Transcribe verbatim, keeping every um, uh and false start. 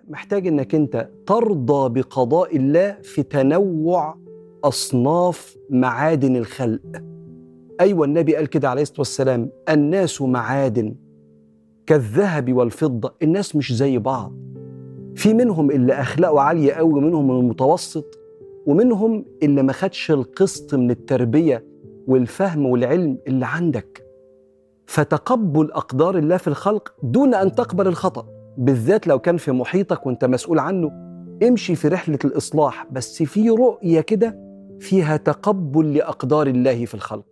محتاج انك انت ترضى بقضاء الله في تنوع اصناف معادن الخلق. ايوه النبي قال كده عليه الصلاه والسلام: الناس معادن كالذهب والفضه. الناس مش زي بعض، في منهم اللي اخلاقه عاليه قوي ومنهم المتوسط ومنهم اللي ما خدش القسط من التربيه والفهم والعلم اللي عندك. فتقبل اقدار الله في الخلق دون ان تقبل الخطأ، بالذات لو كان في محيطك وانت مسؤول عنه. امشي في رحله الاصلاح بس في رؤيه كده فيها تقبل لاقدار الله في الخلق.